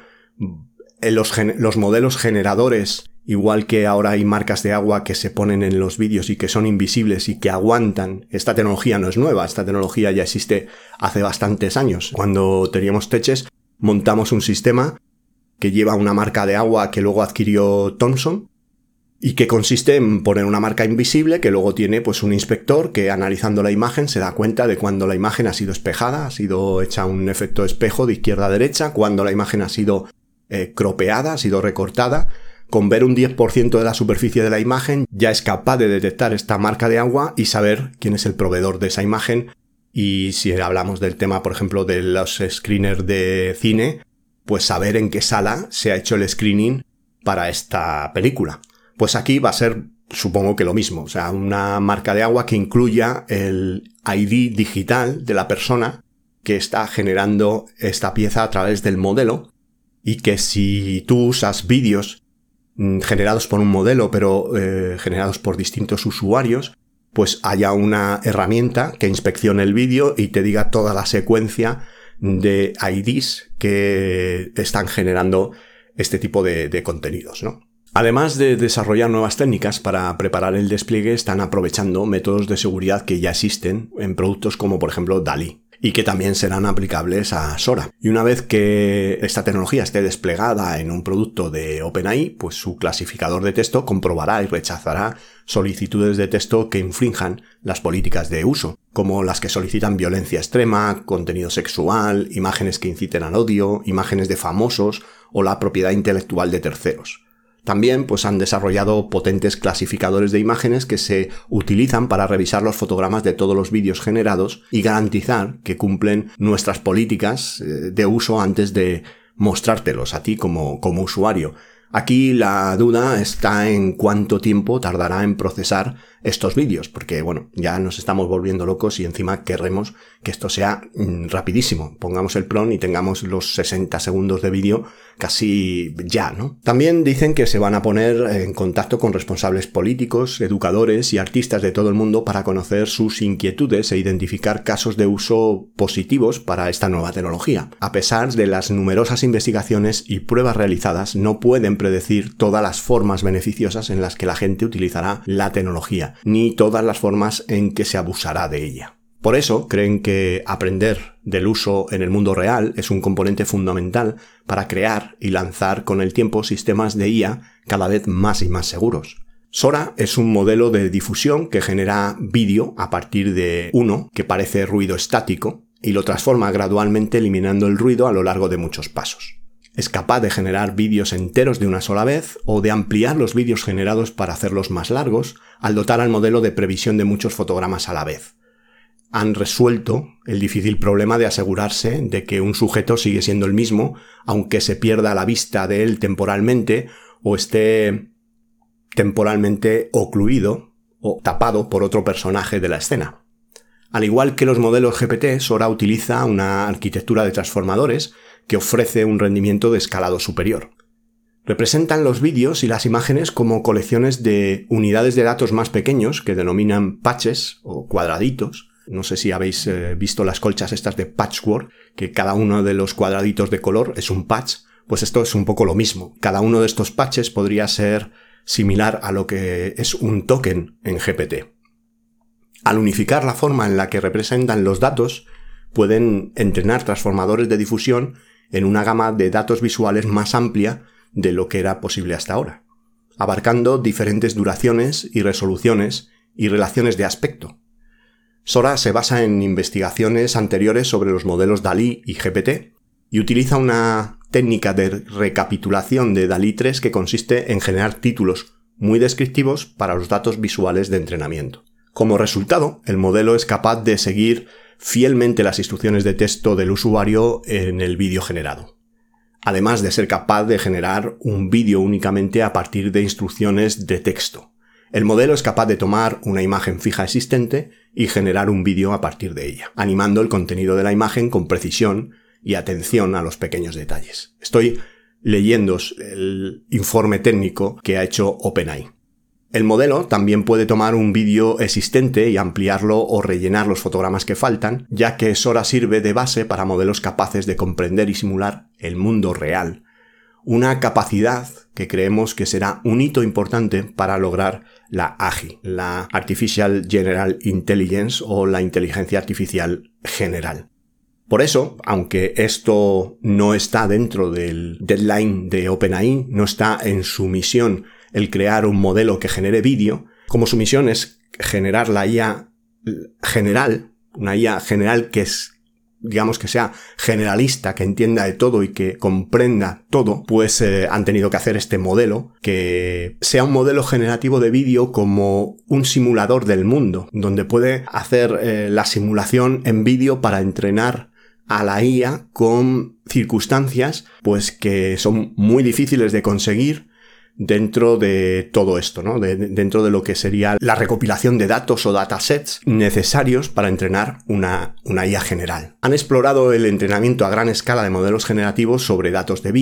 en los, los modelos generadores, igual que ahora hay marcas de agua que se ponen en los vídeos y que son invisibles y que aguantan. Esta tecnología no es nueva, esta tecnología ya existe hace bastantes años. Cuando teníamos Teches, montamos un sistema que lleva una marca de agua que luego adquirió Thomson y que consiste en poner una marca invisible que luego tiene pues un inspector que analizando la imagen se da cuenta de cuando la imagen ha sido espejada, ha sido hecha un efecto espejo de izquierda a derecha, cuando la imagen ha sido eh, cropeada, ha sido recortada. Con ver un diez por ciento de la superficie de la imagen ya es capaz de detectar esta marca de agua y saber quién es el proveedor de esa imagen. Y si hablamos del tema, por ejemplo, de los screeners de cine, pues saber en qué sala se ha hecho el screening para esta película. Pues aquí va a ser, supongo que lo mismo, o sea, una marca de agua que incluya el I D digital de la persona que está generando esta pieza a través del modelo y que si tú usas vídeos generados por un modelo pero eh, generados por distintos usuarios, pues haya una herramienta que inspeccione el vídeo y te diga toda la secuencia de I Ds que están generando este tipo de, de contenidos, ¿no? Además de desarrollar nuevas técnicas para preparar el despliegue, están aprovechando métodos de seguridad que ya existen en productos como por ejemplo DALL-E y que también serán aplicables a Sora. Y una vez que esta tecnología esté desplegada en un producto de OpenAI, pues su clasificador de texto comprobará y rechazará solicitudes de texto que infrinjan las políticas de uso, como las que solicitan violencia extrema, contenido sexual, imágenes que inciten al odio, imágenes de famosos o la propiedad intelectual de terceros. También pues han desarrollado potentes clasificadores de imágenes que se utilizan para revisar los fotogramas de todos los vídeos generados y garantizar que cumplen nuestras políticas de uso antes de mostrártelos a ti como, como usuario. Aquí la duda está en cuánto tiempo tardará en procesar estos vídeos, porque bueno, ya nos estamos volviendo locos y encima querremos que esto sea mm, rapidísimo. Pongamos el prompt y tengamos los sesenta segundos de vídeo casi ya, ¿no? También dicen que se van a poner en contacto con responsables políticos, educadores y artistas de todo el mundo para conocer sus inquietudes e identificar casos de uso positivos para esta nueva tecnología. A pesar de las numerosas investigaciones y pruebas realizadas, no pueden predecir todas las formas beneficiosas en las que la gente utilizará la tecnología, ni todas las formas en que se abusará de ella. Por eso creen que aprender del uso en el mundo real es un componente fundamental para crear y lanzar con el tiempo sistemas de I A cada vez más y más seguros. Sora es un modelo de difusión que genera vídeo a partir de uno que parece ruido estático y lo transforma gradualmente eliminando el ruido a lo largo de muchos pasos. Es capaz de generar vídeos enteros de una sola vez o de ampliar los vídeos generados para hacerlos más largos al dotar al modelo de previsión de muchos fotogramas a la vez. Han resuelto el difícil problema de asegurarse de que un sujeto sigue siendo el mismo, aunque se pierda la vista de él temporalmente o esté temporalmente ocluido o tapado por otro personaje de la escena. Al igual que los modelos G P T, Sora utiliza una arquitectura de transformadores que ofrece un rendimiento de escalado superior. Representan los vídeos y las imágenes como colecciones de unidades de datos más pequeños que denominan patches o cuadraditos. No sé si habéis eh, visto las colchas estas de patchwork, que cada uno de los cuadraditos de color es un patch. Pues esto es un poco lo mismo. Cada uno de estos patches podría ser similar a lo que es un token en G P T. Al unificar la forma en la que representan los datos, pueden entrenar transformadores de difusión en una gama de datos visuales más amplia de lo que era posible hasta ahora, abarcando diferentes duraciones y resoluciones y relaciones de aspecto. Sora se basa en investigaciones anteriores sobre los modelos DALL-E y G P T y utiliza una técnica de recapitulación de DALL-E tres que consiste en generar títulos muy descriptivos para los datos visuales de entrenamiento. Como resultado, el modelo es capaz de seguir fielmente las instrucciones de texto del usuario en el vídeo generado, además de ser capaz de generar un vídeo únicamente a partir de instrucciones de texto. El modelo es capaz de tomar una imagen fija existente y generar un vídeo a partir de ella, animando el contenido de la imagen con precisión y atención a los pequeños detalles. Estoy leyendo el informe técnico que ha hecho OpenAI. El modelo también puede tomar un vídeo existente y ampliarlo o rellenar los fotogramas que faltan, ya que Sora sirve de base para modelos capaces de comprender y simular el mundo real. Una capacidad que creemos que será un hito importante para lograr la A G I, la Artificial General Intelligence o la inteligencia artificial general. Por eso, aunque esto no está dentro del deadline de OpenAI, no está en su misión el crear un modelo que genere vídeo, como su misión es generar la I A general, una I A general que es, digamos que sea generalista, que entienda de todo y que comprenda todo, pues eh, han tenido que hacer este modelo que sea un modelo generativo de vídeo como un simulador del mundo, donde puede hacer eh, la simulación en vídeo para entrenar a la I A con circunstancias pues que son muy difíciles de conseguir dentro de todo esto, ¿no? De, de, dentro de lo que sería la recopilación de datos o datasets necesarios para entrenar una, una I A general. Han explorado el entrenamiento a gran escala de modelos generativos sobre datos de vídeo,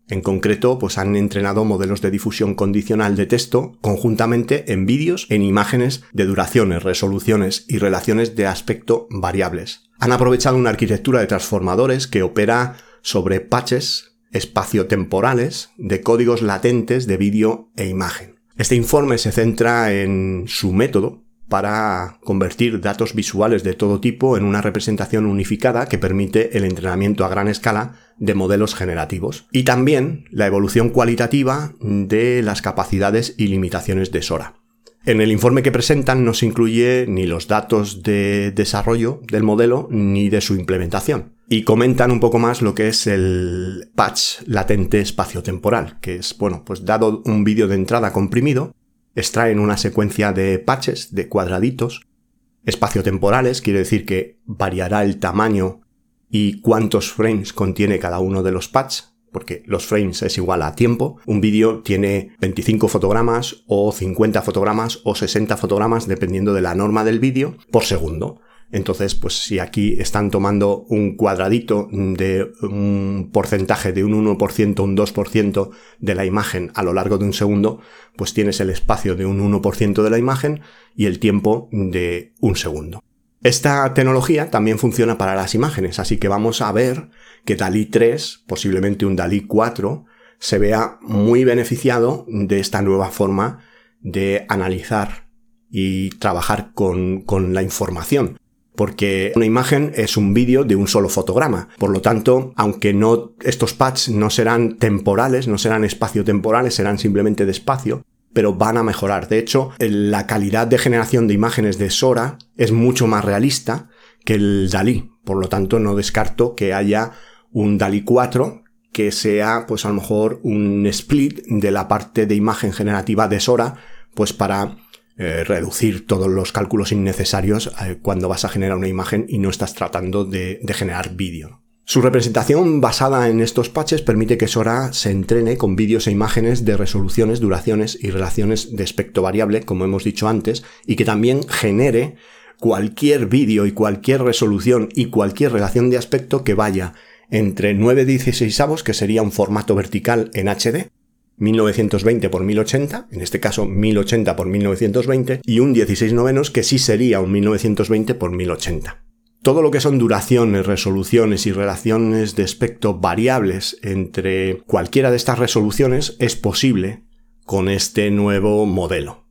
En concreto, pues han entrenado modelos de difusión condicional de texto conjuntamente en vídeos, en imágenes de duraciones, resoluciones y relaciones de aspecto variables. Han aprovechado una arquitectura de transformadores que opera sobre patches espaciotemporales de códigos latentes de vídeo e imagen. Este informe se centra en su método para convertir datos visuales de todo tipo en una representación unificada que permite el entrenamiento a gran escala de modelos generativos y también la evolución cualitativa de las capacidades y limitaciones de Sora. En el informe que presentan no se incluye ni los datos de desarrollo del modelo ni de su implementación y comentan un poco más lo que es el patch latente espaciotemporal, que es, bueno, pues dado un vídeo de entrada comprimido, extraen una secuencia de patches, de cuadraditos, espaciotemporales, quiere decir que variará el tamaño y cuántos frames contiene cada uno de los patches, porque los frames es igual a tiempo. Un vídeo tiene veinticinco fotogramas o cincuenta fotogramas o sesenta fotogramas, dependiendo de la norma del vídeo, por segundo. Entonces, pues si aquí están tomando un cuadradito de un porcentaje de un uno por ciento, un dos por ciento de la imagen a lo largo de un segundo, pues tienes el espacio de un uno por ciento de la imagen y el tiempo de un segundo. Esta tecnología también funciona para las imágenes, así que vamos a ver que DALL-E tres, posiblemente un DALL-E cuatro, se vea muy beneficiado de esta nueva forma de analizar y trabajar con, con la información. Porque una imagen es un vídeo de un solo fotograma. Por lo tanto, aunque no, estos patches no serán temporales, no serán espaciotemporales, serán simplemente de espacio, pero van a mejorar. De hecho, la calidad de generación de imágenes de Sora es mucho más realista que el DALL-E. Por lo tanto, no descarto que haya un DALL-E cuatro que sea, pues a lo mejor, un split de la parte de imagen generativa de Sora, pues para Eh, reducir todos los cálculos innecesarios eh, cuando vas a generar una imagen y no estás tratando de, de generar vídeo. Su representación basada en estos patches permite que Sora se entrene con vídeos e imágenes de resoluciones, duraciones y relaciones de aspecto variable, como hemos dicho antes, y que también genere cualquier vídeo y cualquier resolución y cualquier relación de aspecto que vaya entre nueve dieciseisavos, que sería un formato vertical en H D, mil novecientos veinte por mil ochenta, en este caso mil ochenta por mil novecientos veinte, y un dieciséis novenos que sí sería un mil novecientos veinte por mil ochenta. Todo lo que son duraciones, resoluciones y relaciones de aspecto variables entre cualquiera de estas resoluciones es posible con este nuevo modelo.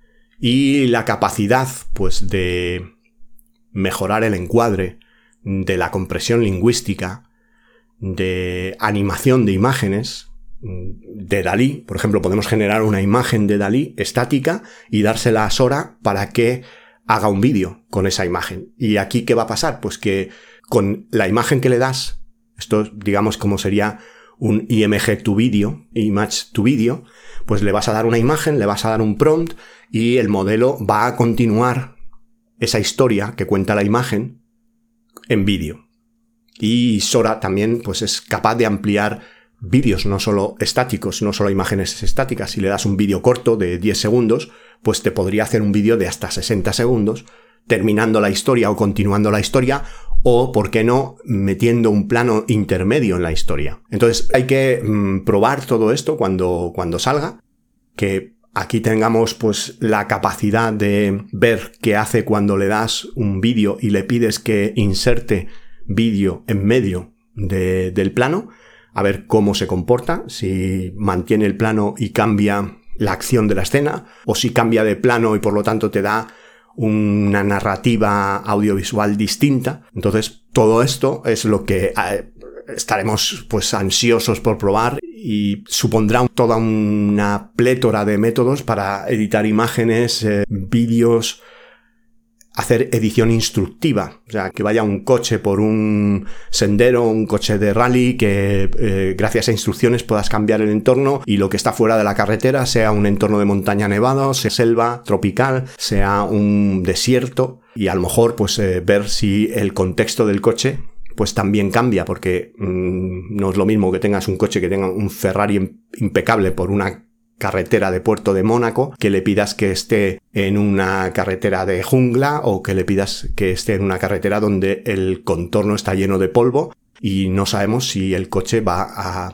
Y la capacidad, pues, de mejorar el encuadre, de la compresión lingüística, de animación de imágenes, de DALL-E, por ejemplo, podemos generar una imagen de DALL-E estática y dársela a Sora para que haga un vídeo con esa imagen. ¿Y aquí qué va a pasar? Pues que con la imagen que le das, esto digamos como sería un I M G to video, image to video, pues le vas a dar una imagen, le vas a dar un prompt y el modelo va a continuar esa historia que cuenta la imagen en vídeo. Y Sora también pues es capaz de ampliar vídeos no solo estáticos, no solo imágenes estáticas. Si le das un vídeo corto de diez segundos, pues te podría hacer un vídeo de hasta sesenta segundos, terminando la historia o continuando la historia, o, ¿por qué no?, metiendo un plano intermedio en la historia. Entonces hay que mmm, probar todo esto cuando, cuando salga, que aquí tengamos pues la capacidad de ver qué hace cuando le das un vídeo y le pides que inserte vídeo en medio de, del plano, a ver cómo se comporta, si mantiene el plano y cambia la acción de la escena, o si cambia de plano y por lo tanto te da una narrativa audiovisual distinta. Entonces, todo esto es lo que eh, estaremos pues ansiosos por probar y supondrá toda una plétora de métodos para editar imágenes, eh, vídeos, hacer edición instructiva, o sea, que vaya un coche por un sendero, un coche de rally, que eh, gracias a instrucciones puedas cambiar el entorno y lo que está fuera de la carretera sea un entorno de montaña nevado, sea selva tropical, sea un desierto, y a lo mejor pues eh, ver si el contexto del coche pues también cambia, porque mmm, no es lo mismo que tengas un coche que tenga un Ferrari impecable por una carretera de Puerto de Mónaco, que le pidas que esté en una carretera de jungla o que le pidas que esté en una carretera donde el contorno está lleno de polvo y no sabemos si el coche va a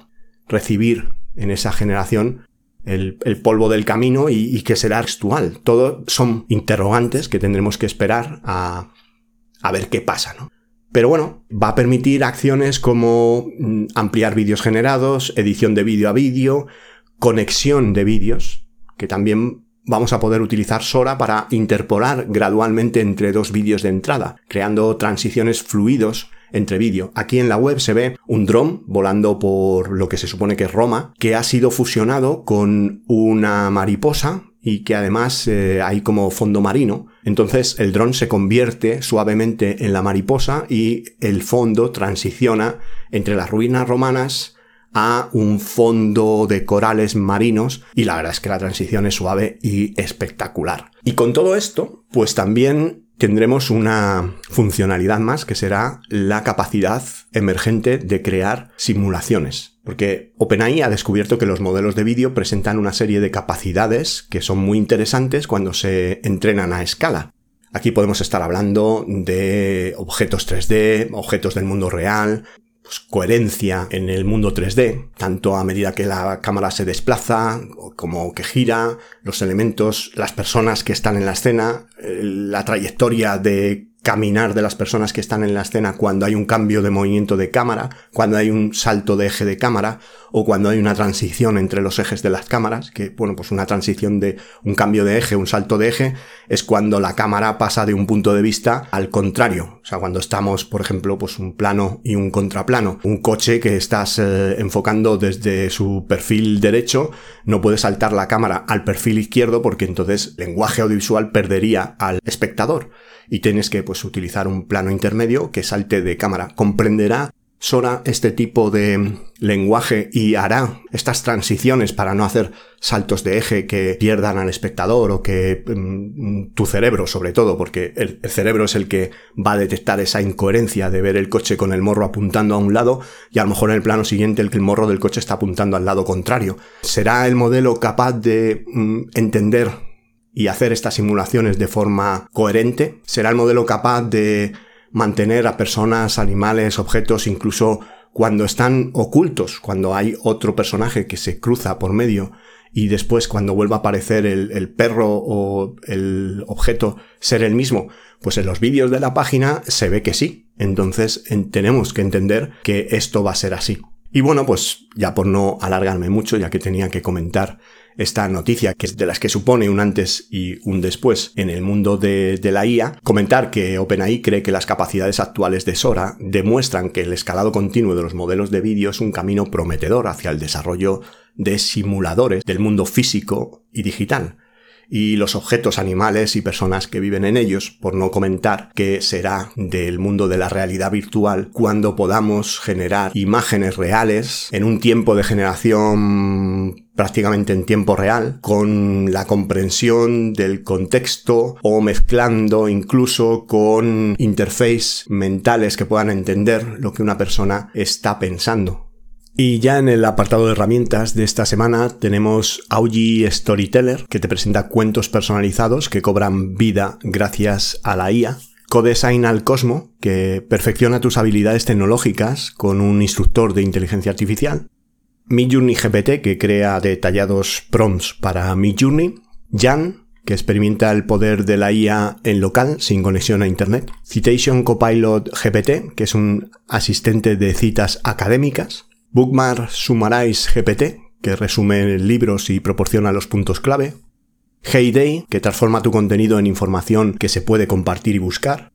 recibir en esa generación el, el polvo del camino y, y que será textual. Todo son interrogantes que tendremos que esperar a, a ver qué pasa, ¿no? Pero bueno, va a permitir acciones como ampliar vídeos generados, edición de vídeo a vídeo, conexión de vídeos, que también vamos a poder utilizar Sora para interpolar gradualmente entre dos vídeos de entrada, creando transiciones fluidos entre vídeo. Aquí en la web se ve un dron volando por lo que se supone que es Roma, que ha sido fusionado con una mariposa y que además eh, hay como fondo marino. Entonces el dron se convierte suavemente en la mariposa y el fondo transiciona entre las ruinas romanas a un fondo de corales marinos, y la verdad es que la transición es suave y espectacular. Y con todo esto, pues también tendremos una funcionalidad más, que será la capacidad emergente de crear simulaciones. Porque OpenAI ha descubierto que los modelos de vídeo presentan una serie de capacidades que son muy interesantes cuando se entrenan a escala. Aquí podemos estar hablando de objetos tres D, objetos del mundo real, pues coherencia en el mundo tres D, tanto a medida que la cámara se desplaza, como que gira, los elementos, las personas que están en la escena, la trayectoria de caminar de las personas que están en la escena cuando hay un cambio de movimiento de cámara, cuando hay un salto de eje de cámara, o cuando hay una transición entre los ejes de las cámaras, que, bueno, pues una transición de un cambio de eje, un salto de eje, es cuando la cámara pasa de un punto de vista al contrario. O sea, cuando estamos, por ejemplo, pues un plano y un contraplano. Un coche que estás eh, enfocando desde su perfil derecho, no puede saltar la cámara al perfil izquierdo porque entonces el lenguaje audiovisual perdería al espectador. Y tienes que, pues, utilizar un plano intermedio que salte de cámara. Comprenderá Sora este tipo de lenguaje y hará estas transiciones para no hacer saltos de eje que pierdan al espectador o que mm, tu cerebro, sobre todo, porque el, el cerebro es el que va a detectar esa incoherencia de ver el coche con el morro apuntando a un lado y a lo mejor en el plano siguiente el que el morro del coche está apuntando al lado contrario. ¿Será el modelo capaz de mm, entender y hacer estas simulaciones de forma coherente? ¿Será el modelo capaz de mantener a personas, animales, objetos, incluso cuando están ocultos, cuando hay otro personaje que se cruza por medio y después cuando vuelva a aparecer el, el perro o el objeto ser el mismo? Pues en los vídeos de la página se ve que sí. Entonces en, tenemos que entender que esto va a ser así. Y bueno, pues ya por no alargarme mucho, ya que tenía que comentar esta noticia, que es de las que supone un antes y un después en el mundo de, de la I A, comentar que OpenAI cree que las capacidades actuales de Sora demuestran que el escalado continuo de los modelos de vídeo es un camino prometedor hacia el desarrollo de simuladores del mundo físico y digital, y los objetos, animales y personas que viven en ellos, por no comentar qué será del mundo de la realidad virtual cuando podamos generar imágenes reales en un tiempo de generación prácticamente en tiempo real, con la comprensión del contexto o mezclando incluso con interfaces mentales que puedan entender lo que una persona está pensando. Y ya en el apartado de herramientas de esta semana tenemos Augie Storyteller, que te presenta cuentos personalizados que cobran vida gracias a la I A. Codesign al Cosmo, que perfecciona tus habilidades tecnológicas con un instructor de inteligencia artificial. Midjourney G P T, que crea detallados prompts para Midjourney. Jan, que experimenta el poder de la I A en local, sin conexión a internet. Citation Copilot G P T, que es un asistente de citas académicas. Bookmark Summarize G P T, que resume libros y proporciona los puntos clave. Heyday, que transforma tu contenido en información que se puede compartir y buscar.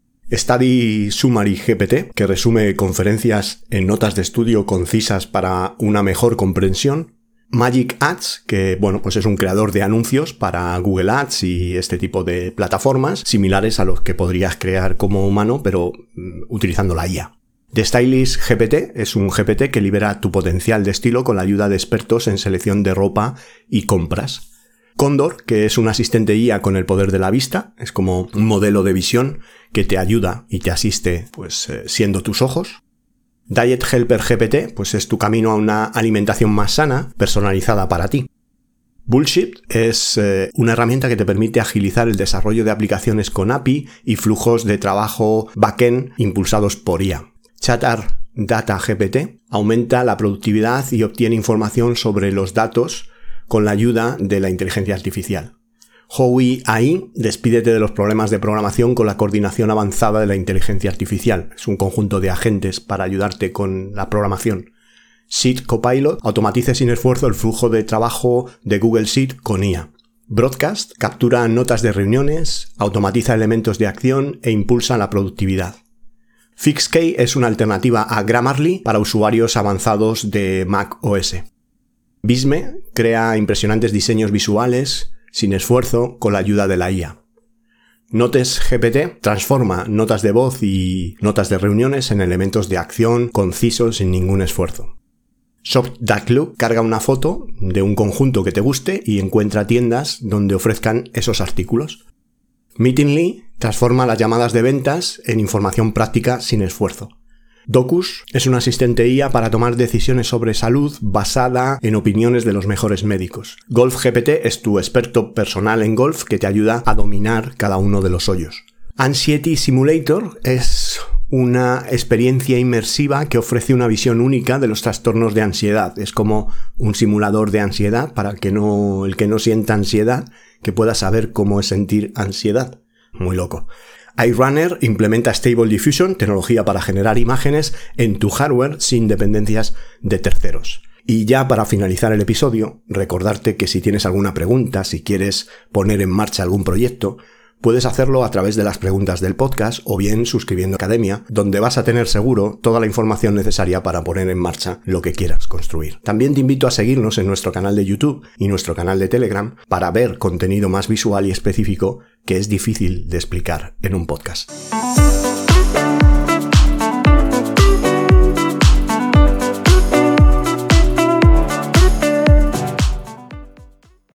Study Summary G P T, que resume conferencias en notas de estudio concisas para una mejor comprensión. Magic Ads, que bueno, pues es un creador de anuncios para Google Ads y este tipo de plataformas, similares a los que podrías crear como humano, pero mm, utilizando la I A. The Stylist G P T es un G P T que libera tu potencial de estilo con la ayuda de expertos en selección de ropa y compras. Condor, que es un asistente I A con el poder de la vista, es como un modelo de visión que te ayuda y te asiste, pues, eh, siendo tus ojos. Diet Helper G P T, pues es tu camino a una alimentación más sana, personalizada para ti. Bullshit es eh, una herramienta que te permite agilizar el desarrollo de aplicaciones con A P I y flujos de trabajo backend impulsados por I A. Chatar Data G P T aumenta la productividad y obtiene información sobre los datos con la ayuda de la inteligencia artificial. Howie A I, despídete de los problemas de programación con la coordinación avanzada de la inteligencia artificial. Es un conjunto de agentes para ayudarte con la programación. Sheet Copilot, automatice sin esfuerzo el flujo de trabajo de Google Sheet con I A. Broadcast, captura notas de reuniones, automatiza elementos de acción e impulsa la productividad. FixKey es una alternativa a Grammarly para usuarios avanzados de Mac O S. Visme crea impresionantes diseños visuales sin esfuerzo con la ayuda de la I A. Notes G P T transforma notas de voz y notas de reuniones en elementos de acción concisos sin ningún esfuerzo. Shop.look carga una foto de un conjunto que te guste y encuentra tiendas donde ofrezcan esos artículos. Meetingly transforma las llamadas de ventas en información práctica sin esfuerzo. Docus es un asistente I A para tomar decisiones sobre salud basada en opiniones de los mejores médicos. Golf G P T es tu experto personal en golf que te ayuda a dominar cada uno de los hoyos. Anxiety Simulator es una experiencia inmersiva que ofrece una visión única de los trastornos de ansiedad. Es como un simulador de ansiedad para el que no, el que no sienta ansiedad, que pueda saber cómo es sentir ansiedad. Muy loco. iRunner implementa Stable Diffusion, tecnología para generar imágenes en tu hardware sin dependencias de terceros. Y ya para finalizar el episodio, recordarte que si tienes alguna pregunta, si quieres poner en marcha algún proyecto, puedes hacerlo a través de las preguntas del podcast o bien suscribiendo a Academia, donde vas a tener seguro toda la información necesaria para poner en marcha lo que quieras construir. También te invito a seguirnos en nuestro canal de YouTube y nuestro canal de Telegram para ver contenido más visual y específico que es difícil de explicar en un podcast.